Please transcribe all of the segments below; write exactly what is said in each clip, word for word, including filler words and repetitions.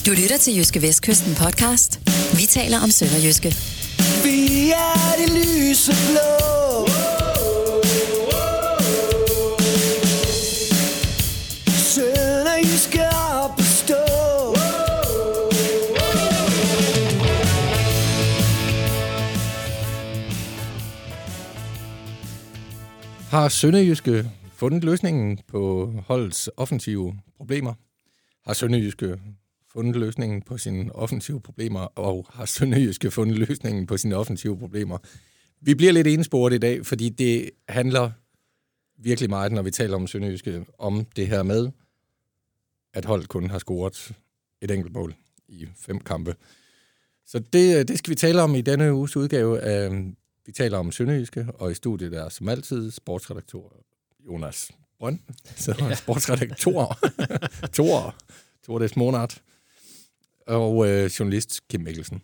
Du lytter til Jyske Vestkysten podcast. Vi taler om sønderjyske. Vi er de lyseblå. Sønderjyske op at stå. Har Sønderjyske fundet løsningen på holdets offensive problemer? Har Sønderjyske fundet løsningen på sine offensive problemer? Og har Sønderjyske fundet løsningen på sine offensive problemer? Vi bliver lidt ensporet i dag, fordi det handler virkelig meget, når vi taler om Sønderjyske, om det her med, at holdet kun har scoret et enkelt mål i fem kampe. Så det, det skal vi tale om i denne uges udgave af Vi taler om Sønderjyske, og i studiet er som altid sportsredaktør Jonas Brønd, så ja. sportsredaktør Thor, Thor des Monat, og øh, journalist Kim Mikkelsen.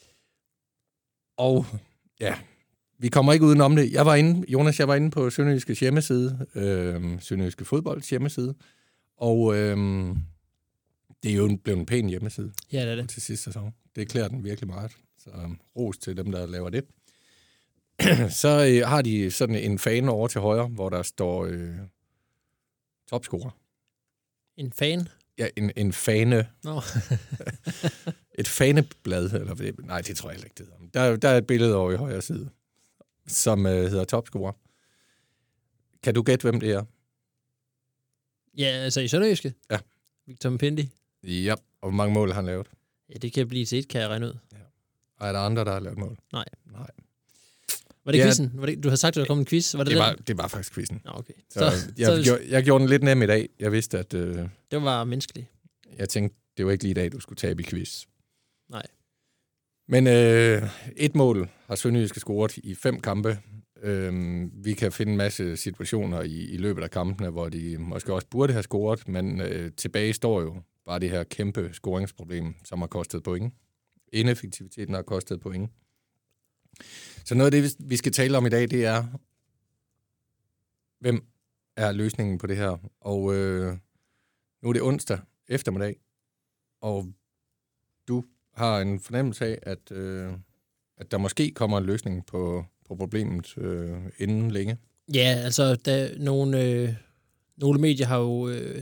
Og ja, vi kommer ikke udenom det. Jeg var inde, Jonas, jeg var inde på Sønderjyskes hjemmeside, øh, Sønderjyske Fodbolds hjemmeside, og øh, det er jo blevet en pæn hjemmeside. Ja, det er det. Til sidste sæson. Det klæder den virkelig meget. Så um, ros til dem, der laver det. Så øh, har de sådan en fane over til højre, hvor der står øh, topscorer. En fan? Ja, en, en fane. No. Et faneblad, eller nej, det tror jeg ikke, det hedder. Der, der er et billede over i højre side, som øh, hedder topscorer. Kan du gætte, hvem det er? Ja, altså i Sønderjyske? Ja. Victor Mpendi? Ja, og hvor mange mål har han lavet? Ja, det kan blive til et, kan jeg regne ud. Ja. Og er der andre, der har lavet mål? Nej. Nej. Var det ja, quizzen? Var det, du havde sagt, at der kom en quiz. Var det, det, det var, det var faktisk quizzen. Nå, okay. Så, så jeg, så, gjorde, jeg gjorde den lidt nem i dag. Jeg vidste, at... Øh, det var menneskeligt. Jeg tænkte, det var ikke lige i dag, du skulle tabe i quiz. Nej. Men øh, et mål har Sønderjyske scoret i fem kampe. Øh, vi kan finde en masse situationer i, i løbet af kampene, hvor de måske også burde have scoret, men øh, tilbage står jo bare det her kæmpe scoringsproblem, som har kostet point. Ineffektiviteten har kostet point. Så noget af det, vi skal tale om i dag, det er, hvem er løsningen på det her? Og øh, nu er det onsdag eftermiddag, og du har en fornemmelse af, at, øh, at der måske kommer en løsning på, på problemet øh, inden længe. Ja, altså, der, nogle, øh, nogle medier har jo øh,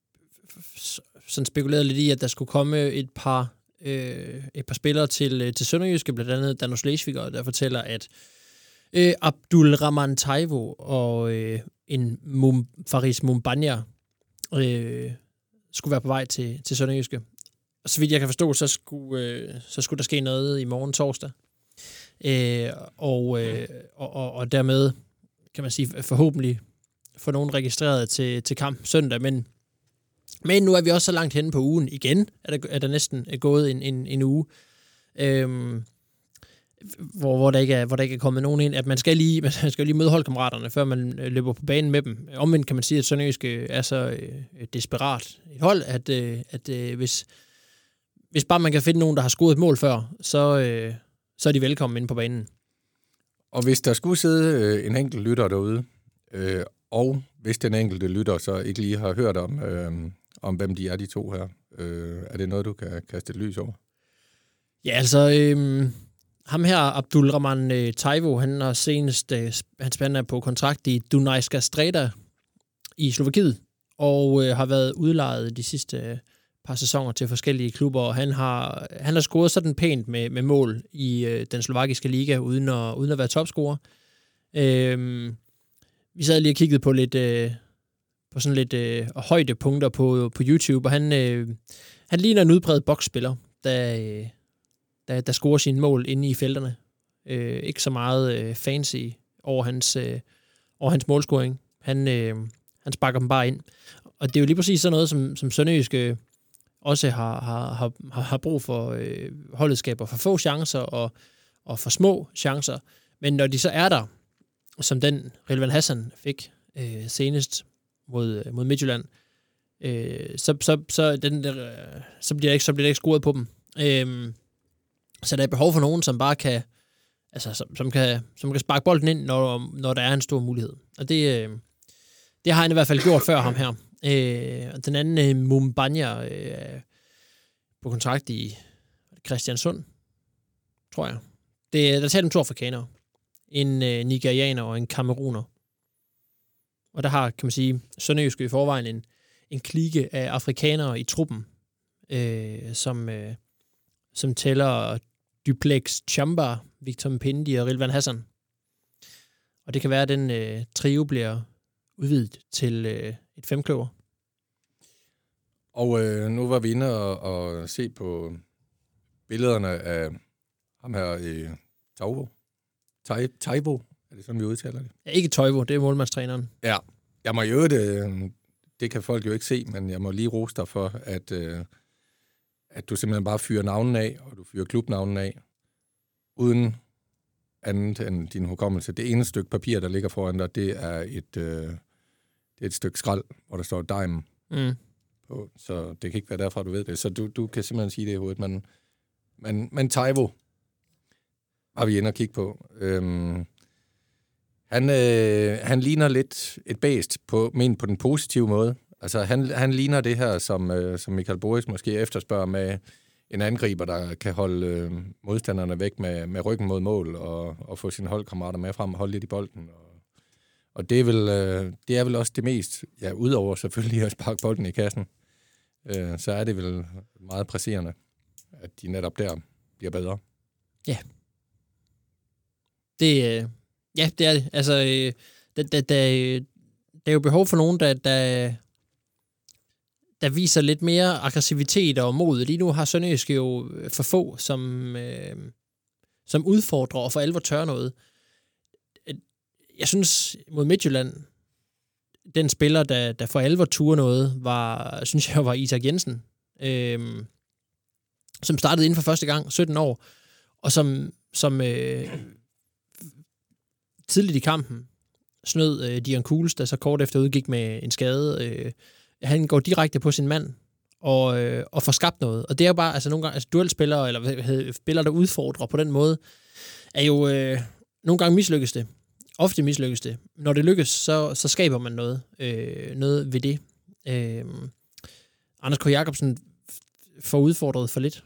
sådan spekuleret lidt i, at der skulle komme et par Øh, et par spillere til, til Sønderjyske, blandt andet Dano Schleswiger, der fortæller, at øh, Abdul Rahman Taivo og øh, en Mum, Faris Mumbanya øh, skulle være på vej til, til Sønderjyske. Og så vidt jeg kan forstå, så skulle, øh, så skulle der ske noget i morgen torsdag. Øh, og, øh, og, og, og dermed, kan man sige, forhåbentlig få nogen registreret til, til kamp søndag, men Men nu er vi også så langt henne på ugen igen, er der, er der næsten gået en, en, en uge, øhm, hvor, hvor, der ikke er, hvor der ikke er kommet nogen ind, at man skal lige, man skal lige møde holdkammeraterne, før man løber på banen med dem. Omvendt kan man sige, at Sønderjyske er så øh, desperat et hold, at, øh, at øh, hvis, hvis bare man kan finde nogen, der har scoret et mål før, så, øh, så er de velkommen inde på banen. Og hvis der skulle sidde øh, en enkelt lytter derude, øh, og hvis den enkelte lytter så ikke lige har hørt om, øh, om hvem de er, de to her. Øh, er det noget, du kan kaste et lys over? Ja, altså, øh, ham her, Abdul Rahman øh, Taivo, han har senest, øh, han spænder på kontrakt i Dunajska Streda i Slovakiet, og øh, har været udlejet de sidste øh, par sæsoner til forskellige klubber, og han har, han har scoret sådan pænt med, med mål i øh, den slovakiske liga, uden at, uden at være topscorer. Øh, vi sad lige og kiggede på lidt... Øh, på sådan lidt øh, højdepunkter på, på YouTube, og han, øh, han ligner en udbredt boksspiller, der, øh, der, der scorer sine mål inde i felterne. Øh, ikke så meget øh, fancy over hans, øh, over hans målscoring. Han, øh, han sparker dem bare ind. Og det er jo lige præcis sådan noget, som, som Sønderjyske også har, har, har, har brug for. Øh, holdet skaber for få chancer og, og for små chancer. Men når de så er der, som den Relvan Hassan fik øh, senest, mod, mod Midtjylland, øh, så, så, så, den der, så, bliver der ikke, så bliver der ikke scoret på dem. Øh, så der er behov for nogen, som bare kan, altså, som, som kan, som kan sparke bolden ind, når, når der er en stor mulighed. Og det, øh, det har han i hvert fald gjort før ham her. Øh, den anden, øh, Mumbanya, øh, på kontrakt i Kristiansund, tror jeg. Det, der tager dem to afrikanere. En øh, nigerianer og en kameruner. Og der har, kan man sige, Sønderjyske i forvejen en, en klike af afrikanere i truppen, øh, som, øh, som tæller Duplex Chamba, Victor Mpindi og Rilvan Hassan. Og det kan være, at den øh, trio bliver udvidet til øh, et femkløver. Og øh, nu var vi inde og, og se på billederne af ham her i Taivo. Taivo, er det sådan, vi udtaler det? Ja, ikke Taivo, det er målmandstræneren. Ja, jeg må jo det, det kan folk jo ikke se, men jeg må lige rose dig for, at, øh, at du simpelthen bare fyrer navnen af, og du fyrer klubnavnen af, uden andet end din hukommelse. Det ene stykke papir, der ligger foran dig, det er et, øh, det er et stykke skrald, hvor der står Dime Mm. på, så det kan ikke være derfra, du ved det. Så du, du kan simpelthen sige det i hovedet, men, men, men Taivo har vi inde og kigge på. Øhm, han, øh, han ligner lidt et bæst, på, men på den positive måde. Altså, han, han ligner det her, som, øh, som Michael Boris måske efterspørger med en angriber, der kan holde øh, modstanderne væk med, med ryggen mod mål, og, og få sine holdkammerater med frem og holde lidt i bolden. Og, og det, er vel, øh, det er vel også det mest, ja, udover selvfølgelig at sparke bolden i kassen, øh, så er det vel meget presserende, at de netop der bliver bedre. Ja. Det, øh, ja, det er det. Altså, øh, der, der, der, der er jo behov for nogen, der, der, der viser lidt mere aggressivitet og mod. Lige nu har Sønderjyske jo for få, som, øh, som udfordrer og for alvor tør noget. Jeg synes, mod Midtjylland, den spiller, der, der for alvor turde noget, var, synes jeg, var Isak Jensen, øh, som startede inden for første gang, sytten år, og som, som øh, tidligt i kampen snød øh, Dion Kuhls, der så kort efter udgik med en skade. Øh, han går direkte på sin mand og, øh, og får skabt noget. Og det er jo bare, altså nogle gange, altså duelspillere, eller spillere, der udfordrer på den måde, er jo øh, nogle gange mislykkes det. Ofte mislykkes det. Når det lykkes, så, så skaber man noget, øh, noget ved det. Øh, Anders K. Jacobsen får udfordret for lidt,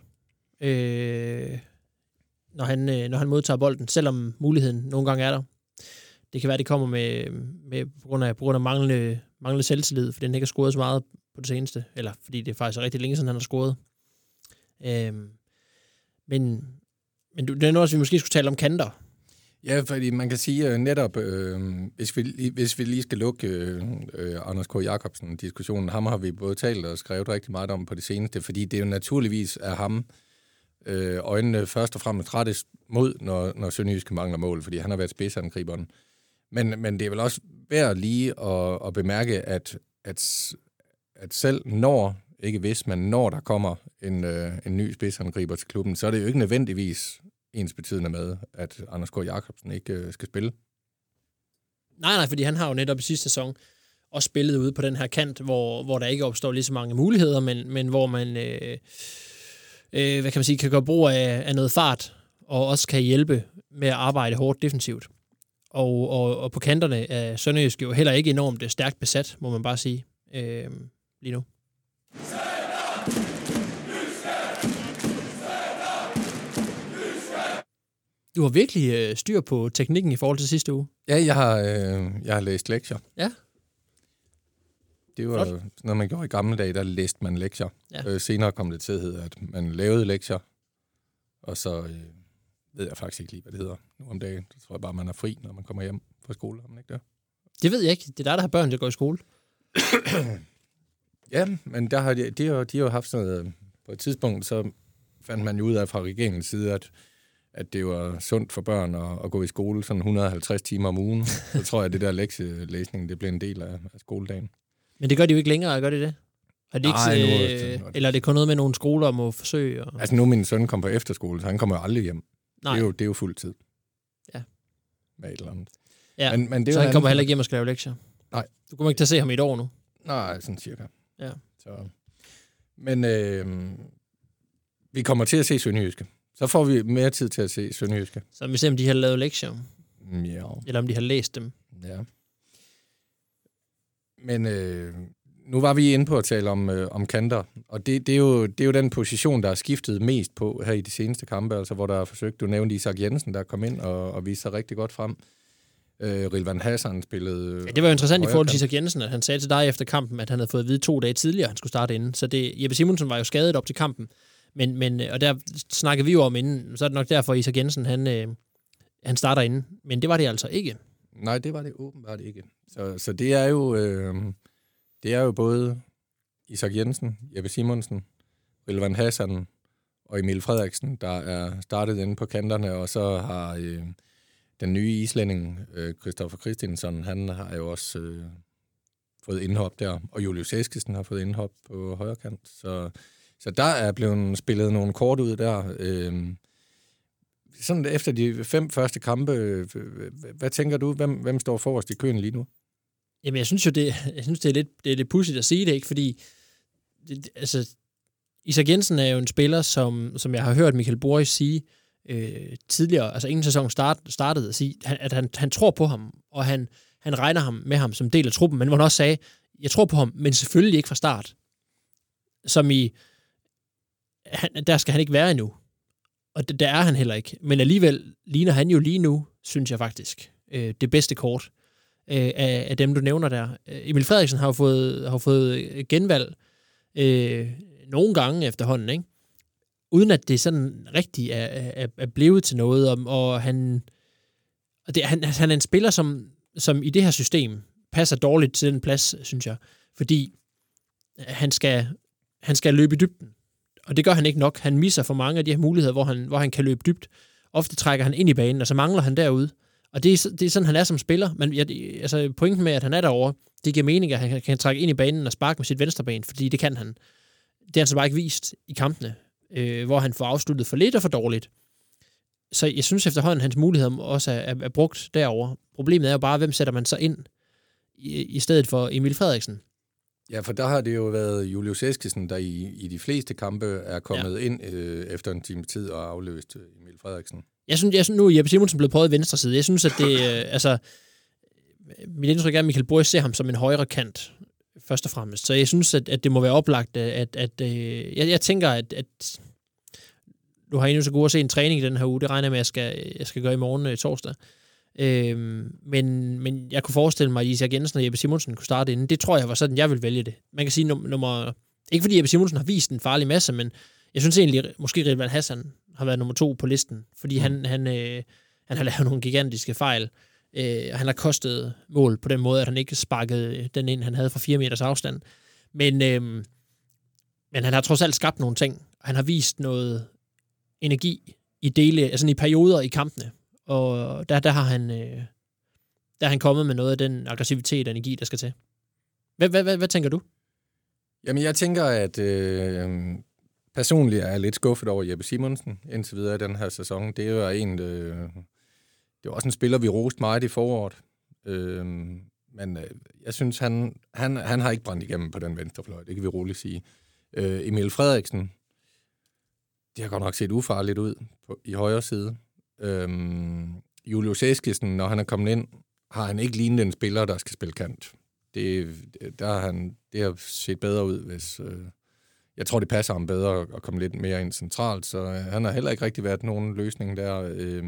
øh, når, han, øh, når han modtager bolden, selvom muligheden nogle gange er der. Det kan være, det kommer med, med på grund af, på grund af manglende, manglende selvtillid, fordi han ikke har scoret så meget på det seneste, eller fordi det er faktisk rigtig længe siden, han har scoret. Øh, men, men det er noget, vi måske skulle tale om kanter. Ja, fordi man kan sige uh, netop, øh, hvis, vi, hvis vi lige skal lukke øh, Anders K. Jacobsen-diskussionen, ham har vi både talt og skrevet rigtig meget om på det seneste, fordi det er jo naturligvis af ham øh, øjnene først og fremmest rettes mod, når, når Sønderjyske mangler mål, fordi han har været spidsangriberen. Men, men det er vel også værd lige at, at bemærke, at, at, at selv når, ikke hvis, men når der kommer en, øh, en ny spidsangriber til klubben, så er det jo ikke nødvendigvis ens betydende med, at Anders K. Jacobsen ikke øh, skal spille. Nej, nej, fordi han har jo netop i sidste sæson også spillet ude på den her kant, hvor, hvor der ikke opstår lige så mange muligheder, men, men hvor man øh, øh, hvad kan man sige, kan gøre brug af, af noget fart, og også kan hjælpe med at arbejde hårdt defensivt. Og, og, og på kanterne er Sønderjysk jo heller ikke enormt stærkt besat, må man bare sige, øh, lige nu. Du har virkelig øh, styr på teknikken i forhold til sidste uge. Ja, jeg har, øh, jeg har læst lektier. Ja. Det var Flot. når man gjorde i gamle dage, der læste man lektier. Ja. Øh, senere kom det til at hedde, at man lavede lektier, og så øh, ved jeg faktisk ikke lige, hvad det hedder nu om dagen. Det tror jeg bare, man er fri, når man kommer hjem fra skole, har man ikke det? Det ved jeg ikke. Det er der, der har børn, der går i skole. Ja, men der har de, de, har, de har haft sådan noget, på et tidspunkt, så fandt man jo ud af fra regeringens side, at at det var sundt for børn at, at gå i skole sådan et hundrede og halvtreds timer om ugen. Så tror jeg, at det der lektielæsning, det blev en del af, af skoledagen. Men det gør de jo ikke længere, gør de det? Er det Nej, ikke, nu, øh, eller er det kun noget med nogle skoler må forsøge? Og... Altså nu er min søn kom på efterskole, så han kommer jo aldrig hjem. Nej. Det er jo, det er jo fuld tid. Ja. Med et eller andet. Ja, men, men det så han han kommer heller ikke hjem og skal lave lektier? Nej. Du kommer ikke til at se ham i et år nu? Nej, sådan cirka. Ja. Så. Men øh, vi kommer til at se Sønderjyske. Så får vi mere tid til at se Sønderjyske. Så vi ser, om de har lavet lektier. Ja. Eller om de har læst dem. Ja. Men øh, Nu var vi inde på at tale om, øh, om kanter, og det, det, er jo, det er jo den position, der er skiftet mest på her i de seneste kampe, altså hvor der er forsøgt, du nævnte Isak Jensen, der kom ind og, og viste sig rigtig godt frem. Øh, Rilvan Hassan spillede... Ja, det var jo interessant i forhold til Isak Jensen, at han sagde til dig efter kampen, at han havde fået at vide to dage tidligere, at han skulle starte inden. Så det, Jeppe Simonsen var jo skadet op til kampen, men, men, og der snakkede vi jo om inden, så er det nok derfor, Isak Jensen, han, øh, han starter inden. Men det var det altså ikke. Nej, det var det åbenbart ikke. Så, så det er jo... Øh, Det er jo både Isak Jensen, Jeppe Simonsen, Rilvan Hassan og Emil Frederiksen, der er startet inde på kanterne, og så har øh, den nye islænding, øh, Kristoffer Christensen, han har jo også øh, fået indhop der, og Julius Eskesen har fået indhop på højre kant. Så, så der er blevet spillet nogle kort ud der. Øh, sådan efter de fem første kampe, øh, hvad tænker du, hvem, hvem står forrest i køen lige nu? Jamen, jeg synes jo, det, jeg synes, det er lidt, det er lidt pudsigt at sige det, ikke? Fordi det, altså, Isak Jensen er jo en spiller, som, som jeg har hørt Michael Boris sige øh, tidligere, altså inden sæsonen start, startede, at, sige, at han, han tror på ham, og han, han regner ham med ham som del af truppen, men hvor han også sagde, jeg tror på ham, men selvfølgelig ikke fra start. Som i, han, der skal han ikke være endnu. Og det, der er han heller ikke. Men alligevel ligner han jo lige nu, synes jeg faktisk, øh, det bedste kort af, af dem, du nævner der. Emil Frederiksen har jo fået, har fået genvalg øh, nogle gange efterhånden, ikke? Uden at det sådan rigtig er, er, er blevet til noget, og, og han, og det, han, han er en spiller, som, som i det her system passer dårligt til den plads, synes jeg, fordi han skal, han skal løbe i dybden, og det gør han ikke nok. Han misser for mange af de her muligheder, hvor han, hvor han kan løbe dybt. Ofte trækker han ind i banen, og så mangler han derude. Og det er, det er sådan, han er som spiller. Men jeg, altså, pointen med, at han er derovre, det giver mening, at han kan, kan trække ind i banen og sparke med sit venstre ben, fordi det kan han. Det har han så bare ikke vist i kampene, øh, hvor han får afsluttet for lidt og for dårligt. Så jeg synes efterhånden, hans muligheder også er, er, er brugt derovre. Problemet er jo bare, hvem sætter man så ind i, i stedet for Emil Frederiksen? Ja, for der har det jo været Julius Eskesen, der i, i de fleste kampe er kommet ja. ind øh, efter en time tid og afløst Emil Frederiksen. Jeg synes, jeg synes nu er Jeppe Simonsen blevet prøvet i venstre side. Jeg synes, at det, øh, altså, mit indtryk er, at Michael Boris ser ham som en højre kant, først og fremmest. Så jeg synes, at, at det må være oplagt, at, at øh, jeg, jeg tænker, at, at du har endnu så god at se en træning i den her uge. Det regner jeg med, at jeg skal, jeg skal gøre i morgen øh, torsdag. Øh, men, men jeg kunne forestille mig, at Isak Jensen og Jeppe Simonsen kunne starte inden. Det tror jeg var sådan, jeg vil vælge det. Man kan sige nummer... Ikke fordi Jeppe Simonsen har vist en farlig masse, men jeg synes egentlig, måske Rilvan Hassan har været nummer to på listen, fordi mm. han, han, øh, han har lavet nogle gigantiske fejl, øh, og han har kostet mål på den måde, at han ikke sparkede den ind, han havde fra fire meters afstand. Men, øh, men han har trods alt skabt nogle ting, og han har vist noget energi i dele, altså i perioder i kampene, og der, der, har han, øh, der har han kommet med noget af den aggressivitet og energi, der skal til. Hvad, hvad, hvad, hvad tænker du? Jamen, jeg tænker, at øh, personligt er jeg lidt skuffet over Jeppe Simonsen indtil videre i den her sæson. Det er jo en, øh, det er også en spiller, vi roste meget i foråret. Øh, men øh, jeg synes, han, han, han har ikke brændt igennem på den venstrefløj, det kan vi roligt sige. Øh, Emil Frederiksen, det har godt nok set ufarligt ud på, i højre side. Øh, Julius Eskesen, når han er kommet ind, har han ikke lignet en spiller, der skal spille kant. Det, der har han, det har set bedre ud, hvis... Øh, jeg tror, det passer ham bedre at komme lidt mere ind centralt, så øh, han har heller ikke rigtig været nogen løsning der. Øh,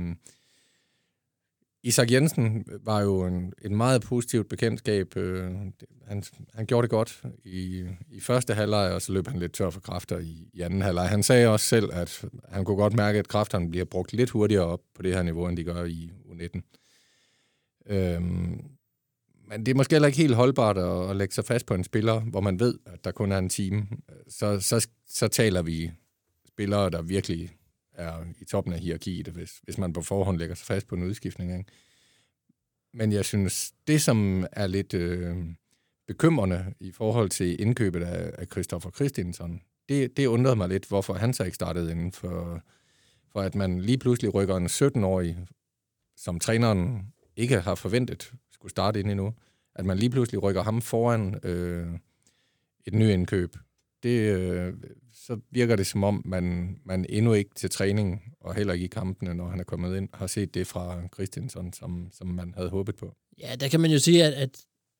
Isak Jensen var jo en, en meget positivt bekendtskab. Øh, han, han gjorde det godt i, i første halvleg, og så løb han lidt tør for kræfter i, i anden halvleg. Han sagde også selv, at han kunne godt mærke, at kræfterne bliver brugt lidt hurtigere op på det her niveau, end de gør i U nitten. Øh, Men det er måske heller ikke helt holdbart at, at lægge sig fast på en spiller, hvor man ved, at der kun er en time. Så, så, så taler vi spillere, der virkelig er i toppen af hierarkiet, hvis, hvis man på forhånd lægger sig fast på en udskiftning. Ikke? Men jeg synes, det som er lidt øh, bekymrende i forhold til indkøbet af, af Kristoffer Christensen, det, det undrede mig lidt, hvorfor han så ikke startede inden for, for at man lige pludselig rykker en sytten-årig, som træneren ikke har forventet skulle starte ind endnu, at man lige pludselig rykker ham foran øh, et ny indkøb. Det, øh, så virker det som om, man, man endnu ikke til træning, og heller ikke i kampene, når han er kommet ind, har set det fra Christensen, som, som man havde håbet på. Ja, der kan man jo sige, at, at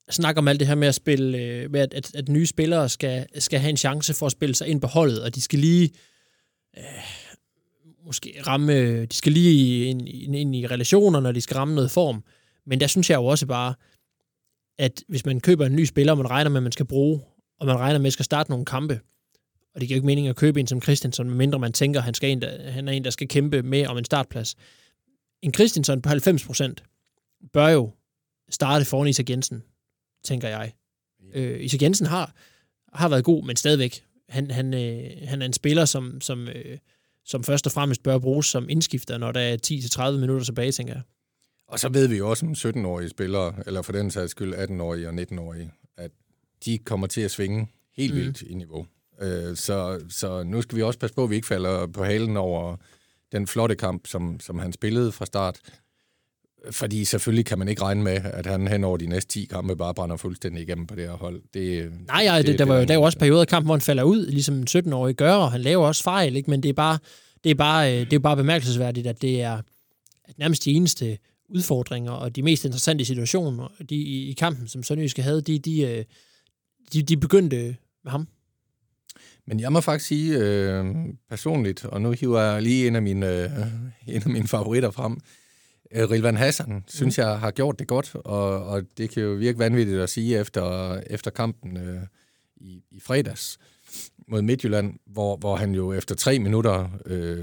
snakker om alt det her med at spille, øh, med at, at, at nye spillere skal, skal have en chance for at spille sig ind på holdet, og de skal lige øh, måske ramme, de skal lige ind, ind, ind i relationer, når de skal ramme noget form. Men der synes jeg jo også bare, at hvis man køber en ny spiller, og man regner med, at man skal bruge, og man regner med, at skal starte nogle kampe, og det giver jo ikke mening at købe en som Christensen, medmindre man tænker, at han, skal en, der, han er en, der skal kæmpe med om en startplads. En Christensen på halvfems procent bør jo starte foran Isak Jensen, tænker jeg. Øh, Isak Jensen har, har været god, men stadigvæk. Han, han, øh, han er en spiller, som, som, øh, som først og fremmest bør bruges som indskifter, når der er ti til tredive minutter tilbage, tænker jeg. Og så ved vi jo også om sytten-årige spillere, eller for den sags skyld atten-årige og nitten-årige, at de kommer til at svinge helt mm. vildt i niveau. Øh, så, så nu skal vi også passe på, at vi ikke falder på halen over den flotte kamp, som, som han spillede fra start. Fordi selvfølgelig kan man ikke regne med, at han hen over de næste ti kampe bare brænder fuldstændig igennem på det her hold. Det, Nej, ja, det, det, der, var, der er jo også perioder af kampen, hvor han falder ud, ligesom en sytten-årig gør, og han laver også fejl, ikke? Men det er bare, det er bare, det er bare bemærkelsesværdigt, at det er at nærmest de eneste udfordringer og de mest interessante situationer de, i, i kampen, som Sønderjyske havde, de, de, de, de begyndte med ham. Men jeg må faktisk sige øh, personligt, og nu hiver jeg lige en af mine, øh, en af mine favoritter frem, øh, Rilvan Hassan, synes mm. jeg har gjort det godt, og, og det kan jo virke vanvittigt at sige efter, efter kampen øh, i, i fredags mod Midtjylland, hvor, hvor han jo efter tre minutter øh,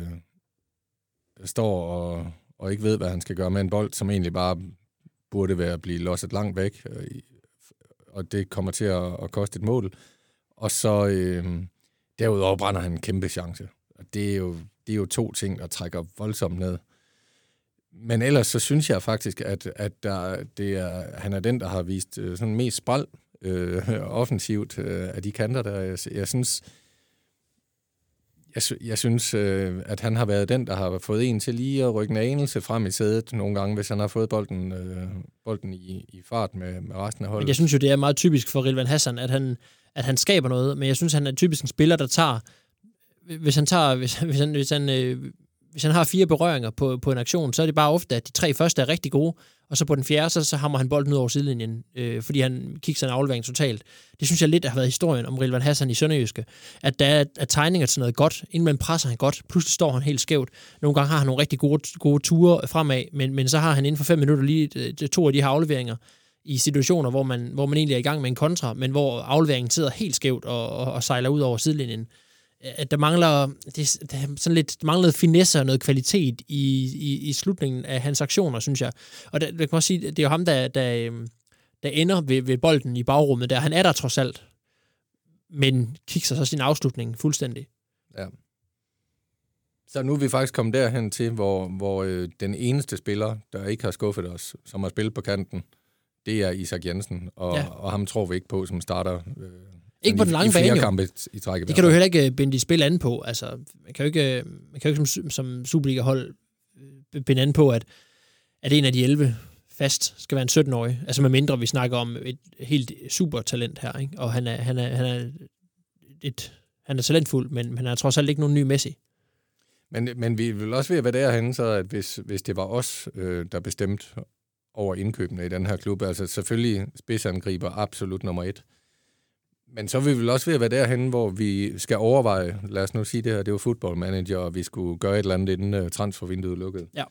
står og, og ikke ved, hvad han skal gøre med en bold, som egentlig bare burde være at blive losset langt væk, øh, og det kommer til at, at koste et mål. Og så øh, derudover brænder han en kæmpe chance. Og det er, jo, det er jo to ting, der trækker voldsomt ned. Men ellers så synes jeg faktisk, at, at der, det er, han er den, der har vist øh, sådan mest spræl øh, offensivt øh, af de kanter, der jeg, jeg synes, jeg, jeg synes øh, at han har været den, der har fået en til lige at rykke en anelse frem i sædet nogle gange, hvis han har fået bolden, øh, bolden i, i fart med, med resten af holdet. Men jeg synes jo, det er meget typisk for Rilvan Hassan, at han, at han skaber noget, men jeg synes, han er typisk en spiller, der tager, hvis han tager, hvis, hvis han, hvis han, øh, hvis han har fire berøringer på, på en aktion, så er det bare ofte, at de tre første er rigtig gode, og så på den fjerde, så, så hammer han bolden ud over sidelinjen, øh, fordi han kigger sig en aflevering totalt. Det synes jeg lidt har været historien om Rilvan Hassan i Sønderjyske, at der er, er tegninger til noget godt, inden man presser han godt, pludselig står han helt skævt. Nogle gange har han nogle rigtig gode, gode ture fremad, men, men så har han inden for fem minutter lige to af de her afleveringer i situationer, hvor man, hvor man egentlig er i gang med en kontra, men hvor afleveringen sidder helt skævt og, og, og sejler ud over sidelinjen. At der mangler, det, der sådan lidt, der mangler finesse og noget kvalitet i, i, i slutningen af hans aktioner, synes jeg. Og der, der kan man også sige, det er jo ham, der, der, der ender ved, ved bolden i bagrummet, der han er der trods alt, men kigger så sin afslutning fuldstændig. Ja. Så nu er vi faktisk kommet derhen til, hvor, hvor øh, den eneste spiller, der ikke har skuffet os, som har spillet på kanten, det er Isak Jensen, og, ja. og ham tror vi ikke på, som starter... Øh, Ikke på den lange bane, kampe i træk. Det kan du heller ikke binde dit spil an på. Altså, man kan jo ikke, man kan jo ikke som, som Superliga-hold binde an på, at, at en af de elleve fast skal være en sytten-årig. Altså med mindre vi snakker om et helt supertalent her, ikke? Og han er, han er, han er, et, han er talentfuld, men han er trods alt ikke nogen ny Messi. Men, men vi vil også ved at være derhenne, så at hvis, hvis det var os, øh, der bestemte over indkøbene i den her klub, altså selvfølgelig spidsangriber absolut nummer et. Men så vil vi vel også ved at være derhenne, hvor vi skal overveje, lad os nu sige det her, det var football manager, og vi skulle gøre et eller andet, inden uh, transfervinduet lukkede. Ja.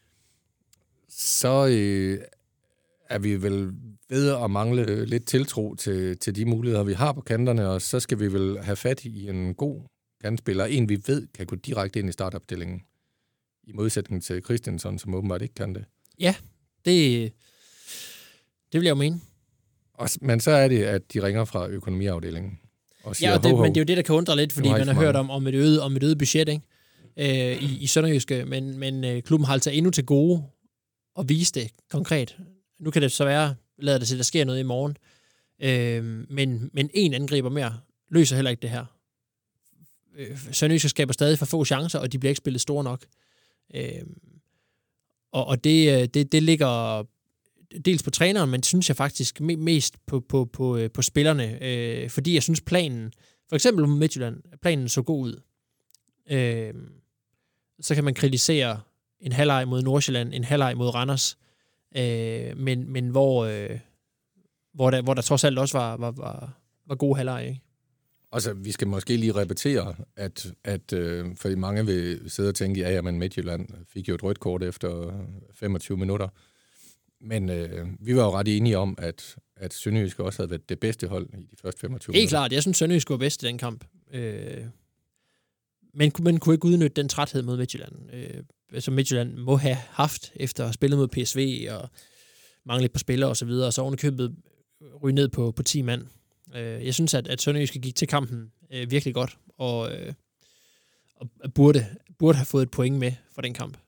Så øh, er vi vel ved at mangle lidt tiltro til, til de muligheder, vi har på kanterne, og så skal vi vel have fat i en god kantspiller, en vi ved kan gå direkte ind i startopstillingen, i modsætning til Christensen, som åbenbart ikke kan det. Ja, det, det vil jeg jo mene. Og, men så er det, at de ringer fra økonomiafdelingen og siger, ja, og det, ho, ho, men det er jo det, der kan undre lidt, fordi man har hørt om, om, et øget, om et øget budget, ikke? Øh, i, i Sønderjyske, men, men øh, klubben har altså endnu til gode at vise det konkret. Nu kan det så være, lader det til, at der sker noget i morgen, øh, men, men en angriber mere løser heller ikke det her. Øh, Sønderjyske skaber stadig for få chancer, og de bliver ikke spillet store nok. Øh, og og det, det, det ligger... dels på træneren, men synes jeg faktisk mest på, på, på, på spillerne, øh, fordi jeg synes planen, for eksempel med Midtjylland, planen så god ud. Øh, så kan man kritisere en halvleg mod Nordsjælland, en halvleg mod Randers, øh, men, men hvor, øh, hvor der, hvor der trods alt også var, var, var, var gode halvleg, ikke? Altså, vi skal måske lige repetere, at, at øh, fordi mange vil sidde og tænke, ja, ja, men Midtjylland fik jo et rødt kort efter femogtyve minutter. Men øh, vi var jo ret enige om, at, at Sønderjyske også havde været det bedste hold i de første femogtyve minutter. Helt klart, jeg synes, Sønderjyske var bedst i den kamp. Øh, men man kunne ikke udnytte den træthed mod Midtjylland, øh, som Midtjylland må have haft, efter at have spillet mod P S V og manglet på spillere osv., og så ovenikøbet ryge ned på, på ti mand. Jeg synes, at, at Sønderjyske gik til kampen øh, virkelig godt, og, øh, og burde, burde have fået et point med for den kamp.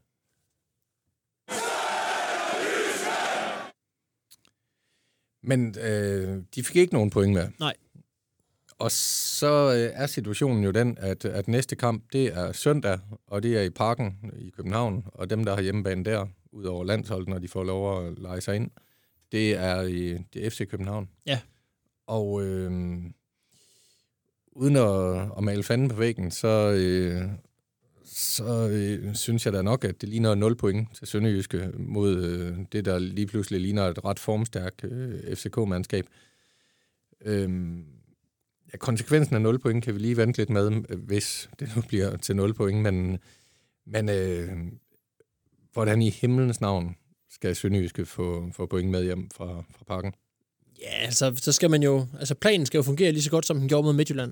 Men øh, de fik ikke nogen point med. Nej. Og så øh, er situationen jo den, at, at næste kamp, det er søndag, og det er i Parken i København, og dem, der har hjemmebane der, ud over landsholdet, når de får lov at lege sig ind, det er i det er F C København. Ja. Og øh, uden at, at male fanden på væggen, så, øh, så øh, synes jeg da nok, at det ligner nul point til Sønderjyske mod øh, det, der lige pludselig ligner et ret formstærkt øh, F C K-mandskab. Øh, ja, konsekvensen af nul point kan vi lige vente lidt med, hvis det nu bliver til nul point, men, men øh, hvordan i himlens navn skal Sønderjyske få, få point med hjem fra, fra Parken? Ja, altså, så skal man jo... Altså, planen skal jo fungere lige så godt, som den gjorde mod Midtjylland.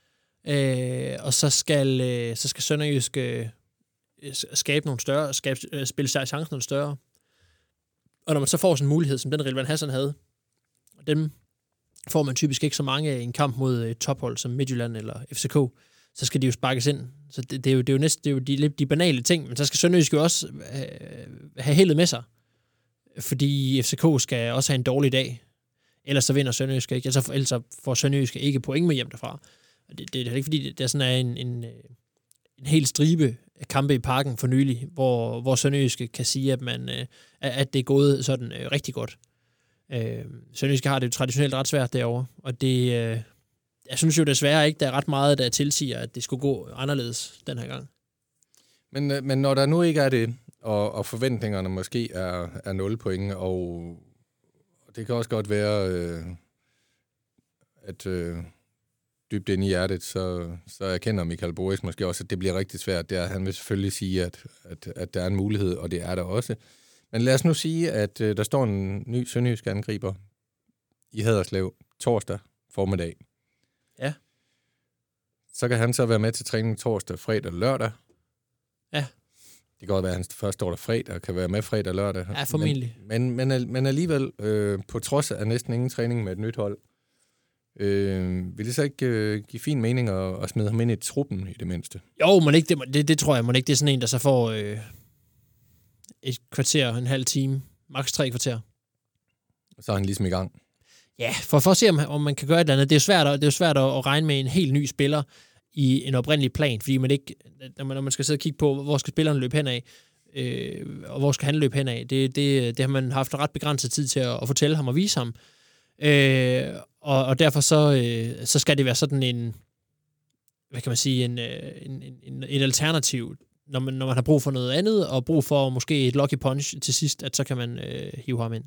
Øh, og så skal, øh, så skal Sønderjysk øh, skabe nogle større... Skabe, øh, spille chancen nogle større. Og når man så får sådan en mulighed, som den Rilvan Hassan havde, dem får man typisk ikke så mange af i en kamp mod et tophold som Midtjylland eller F C K, så skal de jo sparkes ind. Så det, det, er, jo, det er jo næsten det er jo de, de banale ting, men så skal Sønderjysk jo også have, have heldet med sig. Fordi F C K skal også have en dårlig dag. Ellers så vinder Sønderjyske ikke. Ellers, ellers får Sønderjyske ikke point med hjem derfra. Det, det er ikke fordi, det er sådan er en, en, en hel stribe af kampe i Parken for nylig, hvor, hvor Sønderjyske kan sige, at, man, at det er gået sådan øh, rigtig godt. Øh, Sønderjyske har det jo traditionelt ret svært derovre, og det, øh, jeg synes jo desværre ikke, der er ret meget, der tilsiger, at det skulle gå anderledes den her gang. Men, men når der nu ikke er det, og, og forventningerne måske er, er nul point, og det kan også godt være, øh, at øh, dybt inde i hjertet, så, så erkender Michael Boris måske også, at det bliver rigtig svært. Det er, han vil selvfølgelig sige, at, at, at der er en mulighed, og det er der også. Men lad os nu sige, at øh, der står en ny sønderjysk angriber i Haderslev torsdag formiddag. Ja. Så kan han så være med til træning torsdag, fredag og lørdag. Ja. Det kan godt være, at han først står der fredag og kan være med fredag og lørdag. Ja, formentlig. Men, men, men, men alligevel, øh, på trods af næsten ingen træning med et nyt hold, øh, vil det så ikke øh, give fin mening at, at smide ham ind i truppen i det mindste? Jo, men ikke, det, det, det tror jeg, man ikke. Det er sådan en, der så får øh, et kvarter, en halv time, maks tre kvarter. Så er han ligesom i gang. Ja, for, for at se, om, om man kan gøre et eller andet. Det er jo svært, det er jo svært at, at regne med en helt ny spiller i en oprindelig plan, fordi man ikke, når man, når man skal sidde og kigge på, hvor skal spilleren løbe hen af, øh, og hvor skal han løbe hen af, det, det, det har man haft ret begrænset tid til at, at fortælle ham og vise ham. Øh, og, og derfor så, øh, så skal det være sådan en, hvad kan man sige, en, en, en, et alternativ, når man, når man har brug for noget andet, og brug for måske et lucky punch til sidst, at så kan man øh, hive ham ind.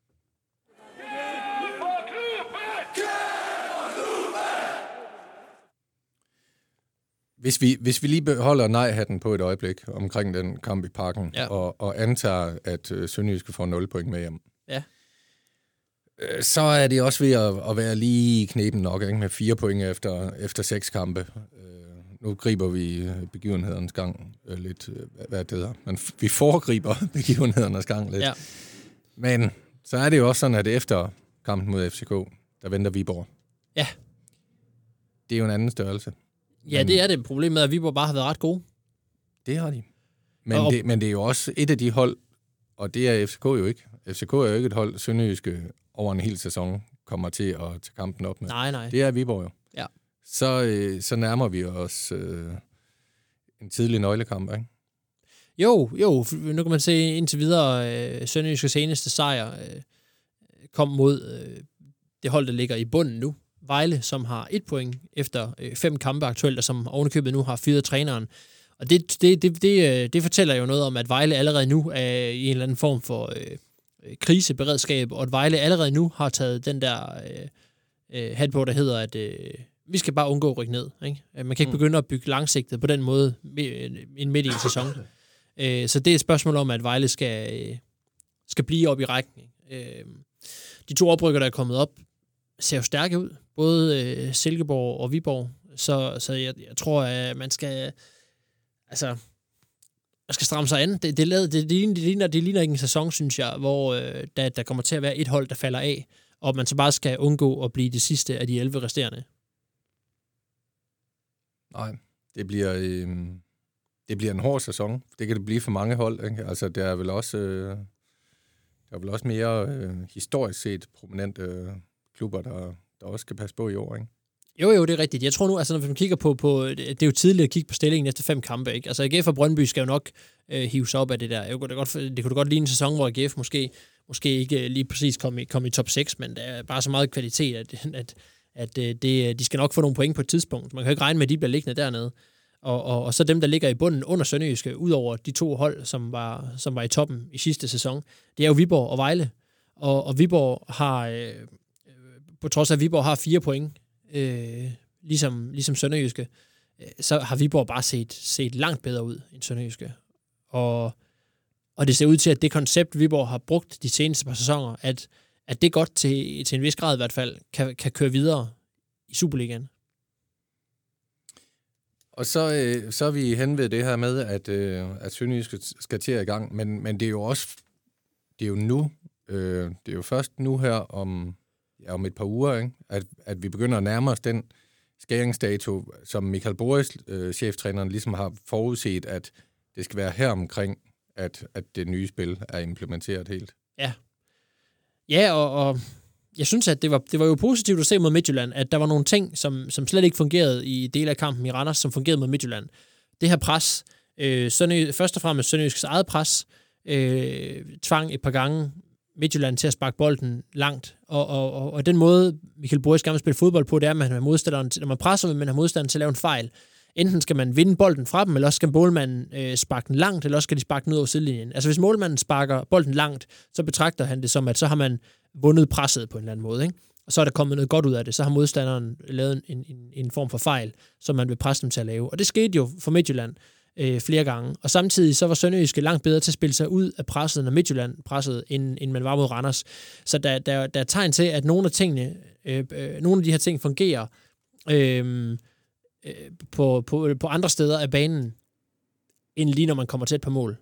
Hvis vi, hvis vi lige beholder nej-hatten på et øjeblik omkring den kamp i Parken, ja. og, og antager, at øh, Sønderjyske får nul point med hjem, ja. øh, så er det også ved at, at være lige knepen nok, ikke? Med fire point efter, efter seks kampe. Øh, nu griber vi begivenhedernes gang øh, lidt, øh, hvad det hedder, men vi foregriber begivenhedernes gang lidt. Ja. Men så er det jo også sådan, at efter kampen mod F C K, der venter Viborg. Ja. Det er jo en anden størrelse. Ja, men det er det. Problemet er, at Viborg bare har været ret gode. Det har de. Men, og, det, men det er jo også et af de hold, og det er F C K jo ikke. F C K er jo ikke et hold, Sønderjyske over en hel sæson kommer til at tage kampen op med. Nej, nej. Det er Viborg jo. Ja. Så, øh, så nærmer vi os øh, en tidlig nøglekamp, ikke? Jo, jo. Nu kan man se indtil videre, øh, Sønderjyske seneste sejr øh, kom mod øh, det hold, der ligger i bunden nu. Vejle, som har et point efter øh, fem kampe aktuelt, og som ovenikøbet nu har fyret træneren. Og det, det, det, det, det fortæller jo noget om, at Vejle allerede nu er i en eller anden form for øh, øh, kriseberedskab, og at Vejle allerede nu har taget den der øh, øh, hat på, der hedder, at øh, vi skal bare undgå at rykke ned. Ikke? Man kan ikke mm. begynde at bygge langsigtet på den måde ind midt i en sæson. øh, så det er et spørgsmål om, at Vejle skal, øh, skal blive op i rækken. Øh, de to oprykker, der er kommet op, ser jo stærke ud. Både øh, Silkeborg og Viborg. Så, så jeg, jeg tror, at man skal... Altså, man skal stramme sig an. Det, det, det, det, ligner, det, ligner, det ligner ikke en sæson, synes jeg, hvor øh, der, der kommer til at være et hold, der falder af, og man så bare skal undgå at blive det sidste af de elleve resterende. Nej, det bliver, øh, det bliver en hård sæson. Det kan det blive for mange hold. Ikke? Altså, der er vel også, øh, der er vel også mere øh, historisk set prominente øh, klubber, der, der også skal passe på i år, ikke? Jo, jo, det er rigtigt. Jeg tror nu, altså når man kigger på, på det er jo tidligt at kigge på stillingen efter fem kampe, ikke? Altså A G F og Brøndby skal jo nok øh, hive sig op af det der. Jeg kunne da godt, det kunne da godt ligne en sæson, hvor A G F måske, måske ikke lige præcis kom i, kom i top seks, men der er bare så meget kvalitet, at, at, at det, de skal nok få nogle point på et tidspunkt. Man kan jo ikke regne med, at de bliver liggende dernede. Og, og, og så dem, der ligger i bunden under Sønderjyske, ud over de to hold, som var, som var i toppen i sidste sæson, det er jo Viborg og Vejle. Og, og Viborg har, øh, på trods af at Viborg har fire point, øh, Ligesom, ligesom Sønderjyske, så har Viborg bare set, set langt bedre ud end Sønderjyske. Og, og det ser ud til, at det koncept, Viborg har brugt de seneste par sæsoner, at, at det godt til, til en vis grad i hvert fald, kan, kan køre videre i Superligaen. Og så, øh, så er vi hen ved det her med, at, øh, at Sønderjyske skal til i gang, men, men det er jo også, det er jo nu, øh, det er jo først nu her om, ja, om et par uger, ikke? At, at vi begynder at nærme os den skæringsdato, som Michael Boris, øh, cheftræneren, ligesom har forudset, at det skal være her omkring, at, at det nye spil er implementeret helt. Ja, ja og, og jeg synes, at det var, det var jo positivt at se mod Midtjylland, at der var nogle ting, som, som slet ikke fungerede i dele af kampen i Randers, som fungerede mod Midtjylland. Det her pres, øh, Sønderjy, først og fremmest Sønderjyskes eget pres, øh, tvang et par gange Midtjylland til at sparke bolden langt. Og, og, og, og den måde, Michael Boris gerne vil spille fodbold på, det er, at man har modstanderen, når man presser, vil man have modstanderen til at lave en fejl. Enten skal man vinde bolden fra dem, eller også skal målmanden øh, sparke den langt, eller også skal de sparke den ud over sidelinjen. Altså hvis målmanden sparker bolden langt, så betragter han det som, at så har man vundet presset på en eller anden måde, ikke? Og så er der kommet noget godt ud af det. Så har modstanderen lavet en, en, en form for fejl, som man vil presse dem til at lave. Og det skete jo for Midtjylland øh, flere gange. Og samtidig så var Sønderjyske langt bedre til at spille sig ud af presset, når Midtjylland pressede, end, end man var mod Randers. Så der, der, der er tegn til, at nogle af tingene, øh, øh, nogle af de her ting fungerer øh, øh, på, på, på andre steder af banen, end lige når man kommer til et par mål.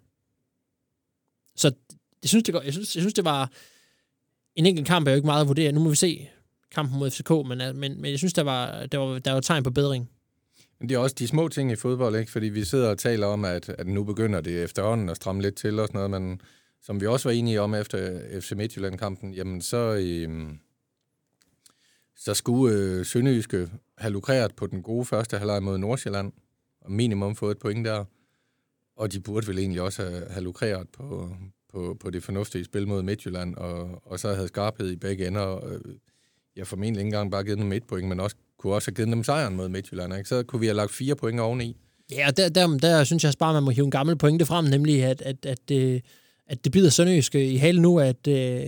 Så jeg synes, det, jeg synes, jeg synes, det var en enkelt kamp, er jo ikke meget at vurdere. Nu må vi se kampen mod F C K, men, men, men jeg synes, der var, der, var, der var tegn på bedring. Men det er også de små ting i fodbold, ikke? Fordi vi sidder og taler om, at, at nu begynder det efterhånden at stramme lidt til og sådan noget, men som vi også var enige om efter F C Midtjylland-kampen, jamen så, øhm, så skulle øh, Sønderjyske have lukreret på den gode første halvleg mod Nordsjælland, og minimum fået et point der, og de burde vel egentlig også have, have lukreret på, på, på det fornuftige spil mod Midtjylland, og, og så havde skarphed i begge ender, og øh, jeg formentlig ikke engang bare givet dem et point, men også kunne også have givet dem sejren mod Midtjylland, ikke? Så kunne vi have lagt fire point oveni. Ja, der, der, der synes jeg bare, at man må hive en gammel pointe frem, nemlig at, at, at, at, at det bider Sønderjyske i halen nu, at,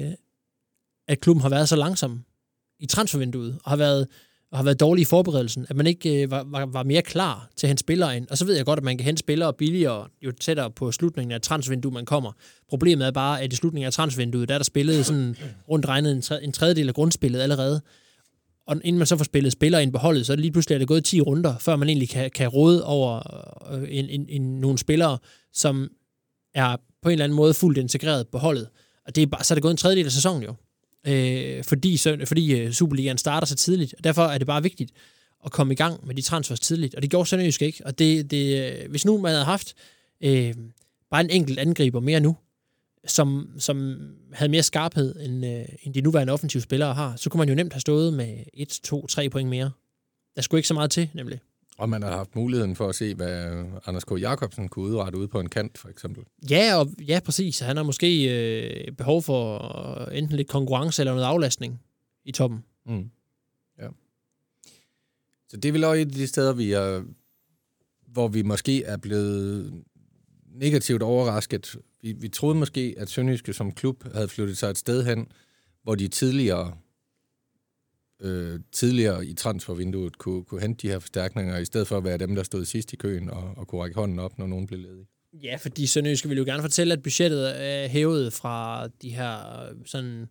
at klubben har været så langsom i transfervinduet, og har været, og har været dårlig i forberedelsen, at man ikke var, var, var mere klar til at hente spillere ind. Og så ved jeg godt, at man kan hente spillere billigere, jo tættere på slutningen af transfervinduet, man kommer. Problemet er bare, at i slutningen af transfervinduet, der er der spillet sådan rundt regnet en, tre, en tredjedel af grundspillet allerede. Og inden man så får spillet spillere ind på holdet, så er det lige pludselig er det gået ti runder, før man egentlig kan, kan råde over en, en, en, nogle spillere, som er på en eller anden måde fuldt integreret på holdet. Og det er bare, så er det gået en tredjedel af sæsonen jo. Øh, fordi, så, fordi Superligaen starter så tidligt, og derfor er det bare vigtigt at komme i gang med de transfers tidligt. Og det gjorde Sønderjysk ikke. Og det, det, hvis nu man havde haft øh, bare en enkelt angriber mere nu, som, som havde mere skarphed, end, øh, end de nuværende offensive spillere har, så kunne man jo nemt have stået med et, to, tre point mere. Der skulle ikke så meget til, nemlig. Og man har haft muligheden for at se, hvad Anders K. Jacobsen kunne udrette ude på en kant, for eksempel. Ja, og, ja præcis. Han har måske øh, behov for øh, enten lidt konkurrence eller noget aflastning i toppen. Mm. Ja. Så det er vel også et af de steder, vi er, hvor vi måske er blevet negativt overrasket. Vi, vi troede måske, at Sønderjyske som klub havde flyttet sig et sted hen, hvor de tidligere, øh, tidligere i transfervinduet kunne, kunne hente de her forstærkninger, i stedet for at være dem, der stod sidst i køen og, og kunne række hånden op, når nogen blev ledig. Ja, fordi Sønderjyske vil jo gerne fortælle, at budgettet er hævet fra de her sådan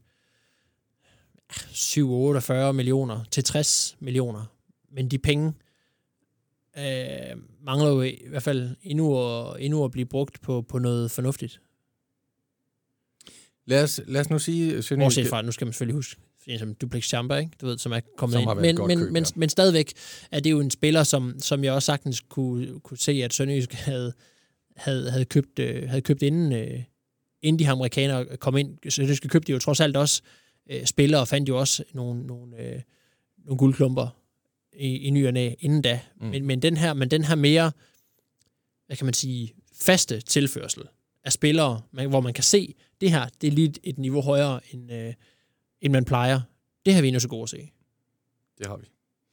syv otteogfyrre millioner til tres millioner. Men de penge øh, mangler jo i hvert fald endnu at, endnu at blive brugt på, på noget fornuftigt. Lad os, lad os nu sige... Sønderjyske... Bortset fra, nu skal man selvfølgelig huske, som Duplex Chamber, ikke? Du ved, som er kommet som ind. Men, men, køb, men, ja. men stadigvæk er det jo en spiller, som, som jeg også sagtens kunne, kunne se, at Sønderjyske havde, havde, havde, købt, øh, havde købt inden, øh, inden de her amerikanere kom ind. Sønderjyske købte jo trods alt også øh, spillere, og fandt jo også nogle, nogle, øh, nogle guldklumper i, i ny og næ, inden da. Mm. Men, men, den her, men den her mere, hvad kan man sige, faste tilførsel af spillere, man, hvor man kan se, det her, det er lige et niveau højere, end, øh, end man plejer. Det har vi endnu så gode at se. Det har vi.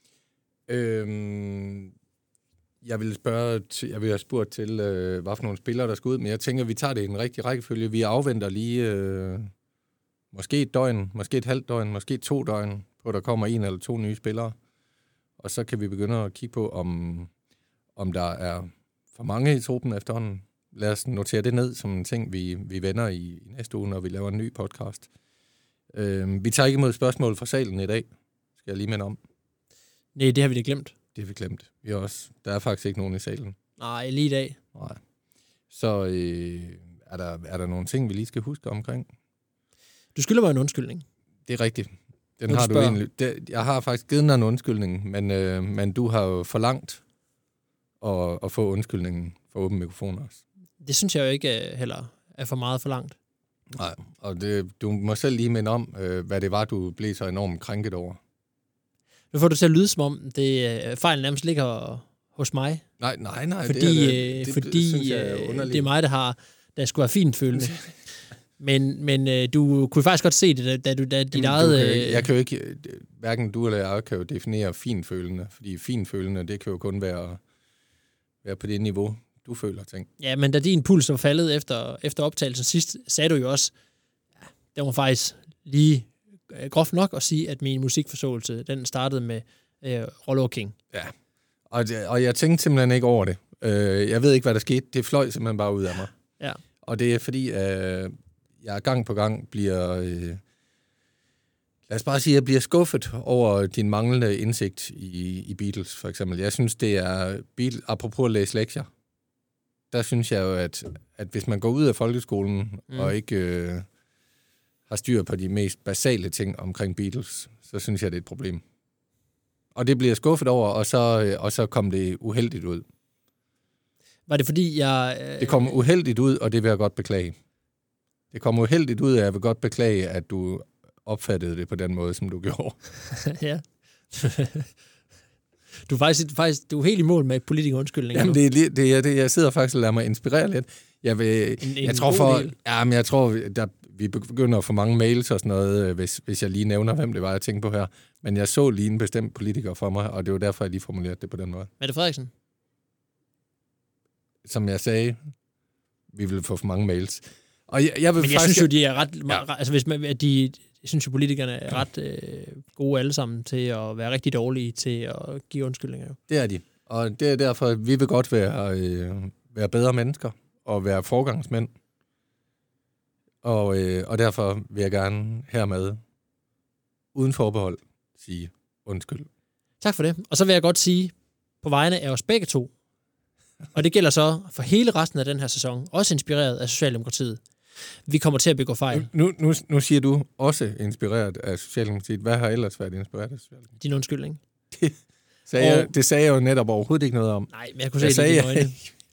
Øhm, jeg vil spørge, til, jeg vil have spurgt til, øh, hvad for nogle spillere, der skal ud, men jeg tænker, vi tager det i en rigtig rækkefølge. Vi afventer lige øh, måske et døgn, måske et halvt døgn, måske to døgn, hvor der kommer en eller to nye spillere. Og så kan vi begynde at kigge på, om, om der er for mange i truppen efterhånden. Lad os notere det ned som en ting, vi, vi vender i, i næste uge, når vi laver en ny podcast. Øh, vi tager ikke imod spørgsmål fra salen i dag, skal jeg lige minde om. Nej, det har vi da glemt. Det har vi glemt. Vi er også, der er faktisk ikke nogen i salen. Nej, lige i dag. Nej. Så øh, er, der, er der nogle ting, vi lige skal huske omkring? Du skylder mig en undskyldning. Det er rigtigt. Den Du har du spørger. egentlig. Det, jeg har faktisk givet dig en undskyldning, men, øh, men du har jo forlangt at, at få undskyldningen for åben mikrofon også. Det synes jeg jo ikke heller er for meget for langt. Nej, og det, du må selv lige minde om, øh, hvad det var, du blev så enormt krænket over. Nu får du til at lyde, som om det, øh, fejlen nærmest ligger hos mig. Nej, nej, nej. Fordi, det, er, øh, det, fordi det, synes jeg er øh, underligt. det er mig, der har der skulle være fint følende. Men, men øh, du kunne faktisk godt se det, da, da, du, da dit Jamen, eget... du kan, Øh, jeg kan jo ikke, hverken du eller jeg kan jo definere finfølende, fordi finfølende, det kan jo kun være, være på det niveau, du føler ting. Ja, men da din puls var faldet efter, efter optagelsen sidst, sagde du jo også, ja, det var faktisk lige øh, groft nok at sige, at min musikforståelse, den startede med øh, Rollo King. Ja, og, det, og jeg tænkte simpelthen ikke over det. Øh, jeg ved ikke, hvad der skete. Det fløj simpelthen bare ud af mig. Ja. Og det er fordi, øh, jeg gang på gang bliver... Øh, lad os bare sige, at jeg bliver skuffet over din manglende indsigt i, i Beatles, for eksempel. Jeg synes, det er... Beatles, apropos at læse lektier, der synes jeg jo, at, at hvis man går ud af folkeskolen mm. og ikke øh, har styr på de mest basale ting omkring Beatles, så synes jeg, det er et problem. Og det bliver jeg skuffet over, og så, og så kom det uheldigt ud. Var det fordi, jeg... Øh... Det kom uheldigt ud, og det vil jeg godt beklage. Det kom uheldigt ud, og jeg vil godt beklage, at du opfattede det på den måde, som du gjorde. Ja. Du er faktisk, faktisk du er helt i mål med politikerundskyldninger. Jamen, det er, det, det, er, det, jeg sidder faktisk og lader mig inspirere lidt. Jeg, vil, en, en jeg tror, for, jamen, jeg tror der, vi begynder at få mange mails og sådan noget, hvis, hvis jeg lige nævner, hvem det var, jeg tænkte på her. Men jeg så lige en bestemt politiker for mig, og det var derfor, jeg lige formulerede det på den måde. Mette Frederiksen? Som jeg sagde, vi vil få for mange mails. Og jeg, jeg vil Men jeg faktisk, synes jo, de er ret... Ja. Altså, hvis man, at de, jeg synes jo, politikerne er ret øh, gode alle sammen til at være rigtig dårlige til at give undskyldninger. Jo. Det er de. Og det er derfor, at vi vil godt være, øh, være bedre mennesker og være forgangsmænd. Og, øh, og derfor vil jeg gerne hermed, uden forbehold, sige undskyld. Tak for det. Og så vil jeg godt sige, på vegne af os begge to, og det gælder så for hele resten af den her sæson, også inspireret af Socialdemokratiet, vi kommer til at begå fejl. Nu, nu, nu siger du også inspireret af Socialdemokratiet. Hvad har ellers været inspireret af Socialdemokratiet? Din undskyldning. Det sagde, Og- jeg, det sagde jeg jo netop overhovedet ikke noget om. Nej, men jeg kunne se Jeg det i sagde, dine øjne.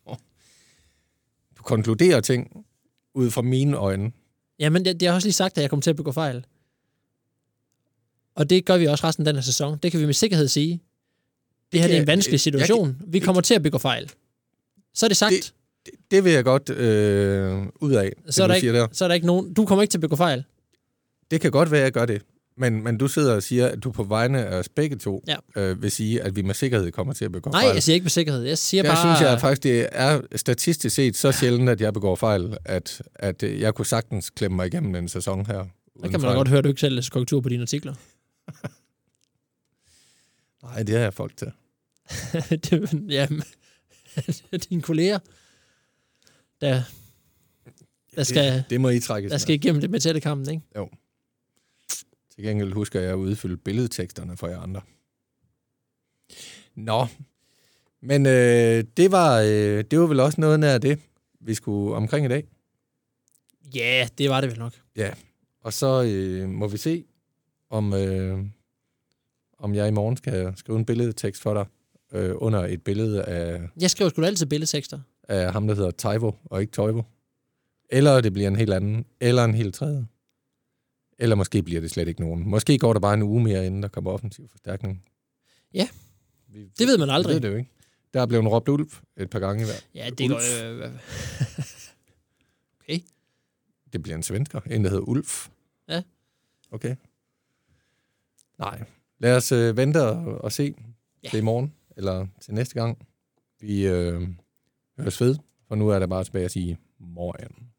du konkluderer ting ud fra mine øjne. Jamen, det, det har jeg også lige sagt, at jeg kommer til at begå fejl. Og det gør vi også resten af den her sæson. Det kan vi med sikkerhed sige. Det her kan det er en jeg- vanskelig jeg- situation. Vi kommer til at begå fejl. Så er det sagt. Det, det, det vil jeg godt øh, ud af, det, så, er du der siger ikke, der. så er der ikke nogen... Du kommer ikke til at begå fejl. Det kan godt være, at jeg gør det. Men, men du sidder og siger, at du på vegne af os begge to ja. øh, vil sige, at vi med sikkerhed kommer til at begå Nej, fejl. Nej, jeg siger ikke med sikkerhed. Jeg siger jeg bare... synes jeg faktisk, det er statistisk set så sjældent, at jeg begår fejl, at, at jeg kunne sagtens klemme mig igennem en sæson her. Der kan man da godt høre, at du ikke selv læser korrektur på dine artikler. Nej, det har jeg folk til. det, jamen, dine kolleger, der, der skal, det, det må I trække. Der skal igennem det med tættekampen, ikke? Jo. Til gengæld husker jeg at udfylde billedteksterne for jer andre. Nå, men øh, det, var, øh, det var vel også noget nær det, vi skulle omkring i dag. Ja, det var det vel nok. Ja, og så øh, må vi se, om, øh, om jeg i morgen skal skrive en billedtekst for dig, øh, under et billede af... Jeg skriver sgu da altid billedtekster. Af ham, der hedder Taivo, og ikke Toivo. Eller det bliver en helt anden, eller en helt tredje. Eller måske bliver det slet ikke nogen. Måske går der bare en uge mere, inden der kommer offensiv forstærkning. Ja, vi, det ved man aldrig. Vi ved det jo ikke. Der er blevet råbt ulv et par gange i hver. Ja, det går... Øh, okay. Det bliver en svensker. En, der hedder Ulf. Ja. Okay. Nej. Lad os øh, vente og, og se ja. til i morgen, eller til næste gang. Vi øh, høres ved, for nu er der bare tilbage at sige morgen.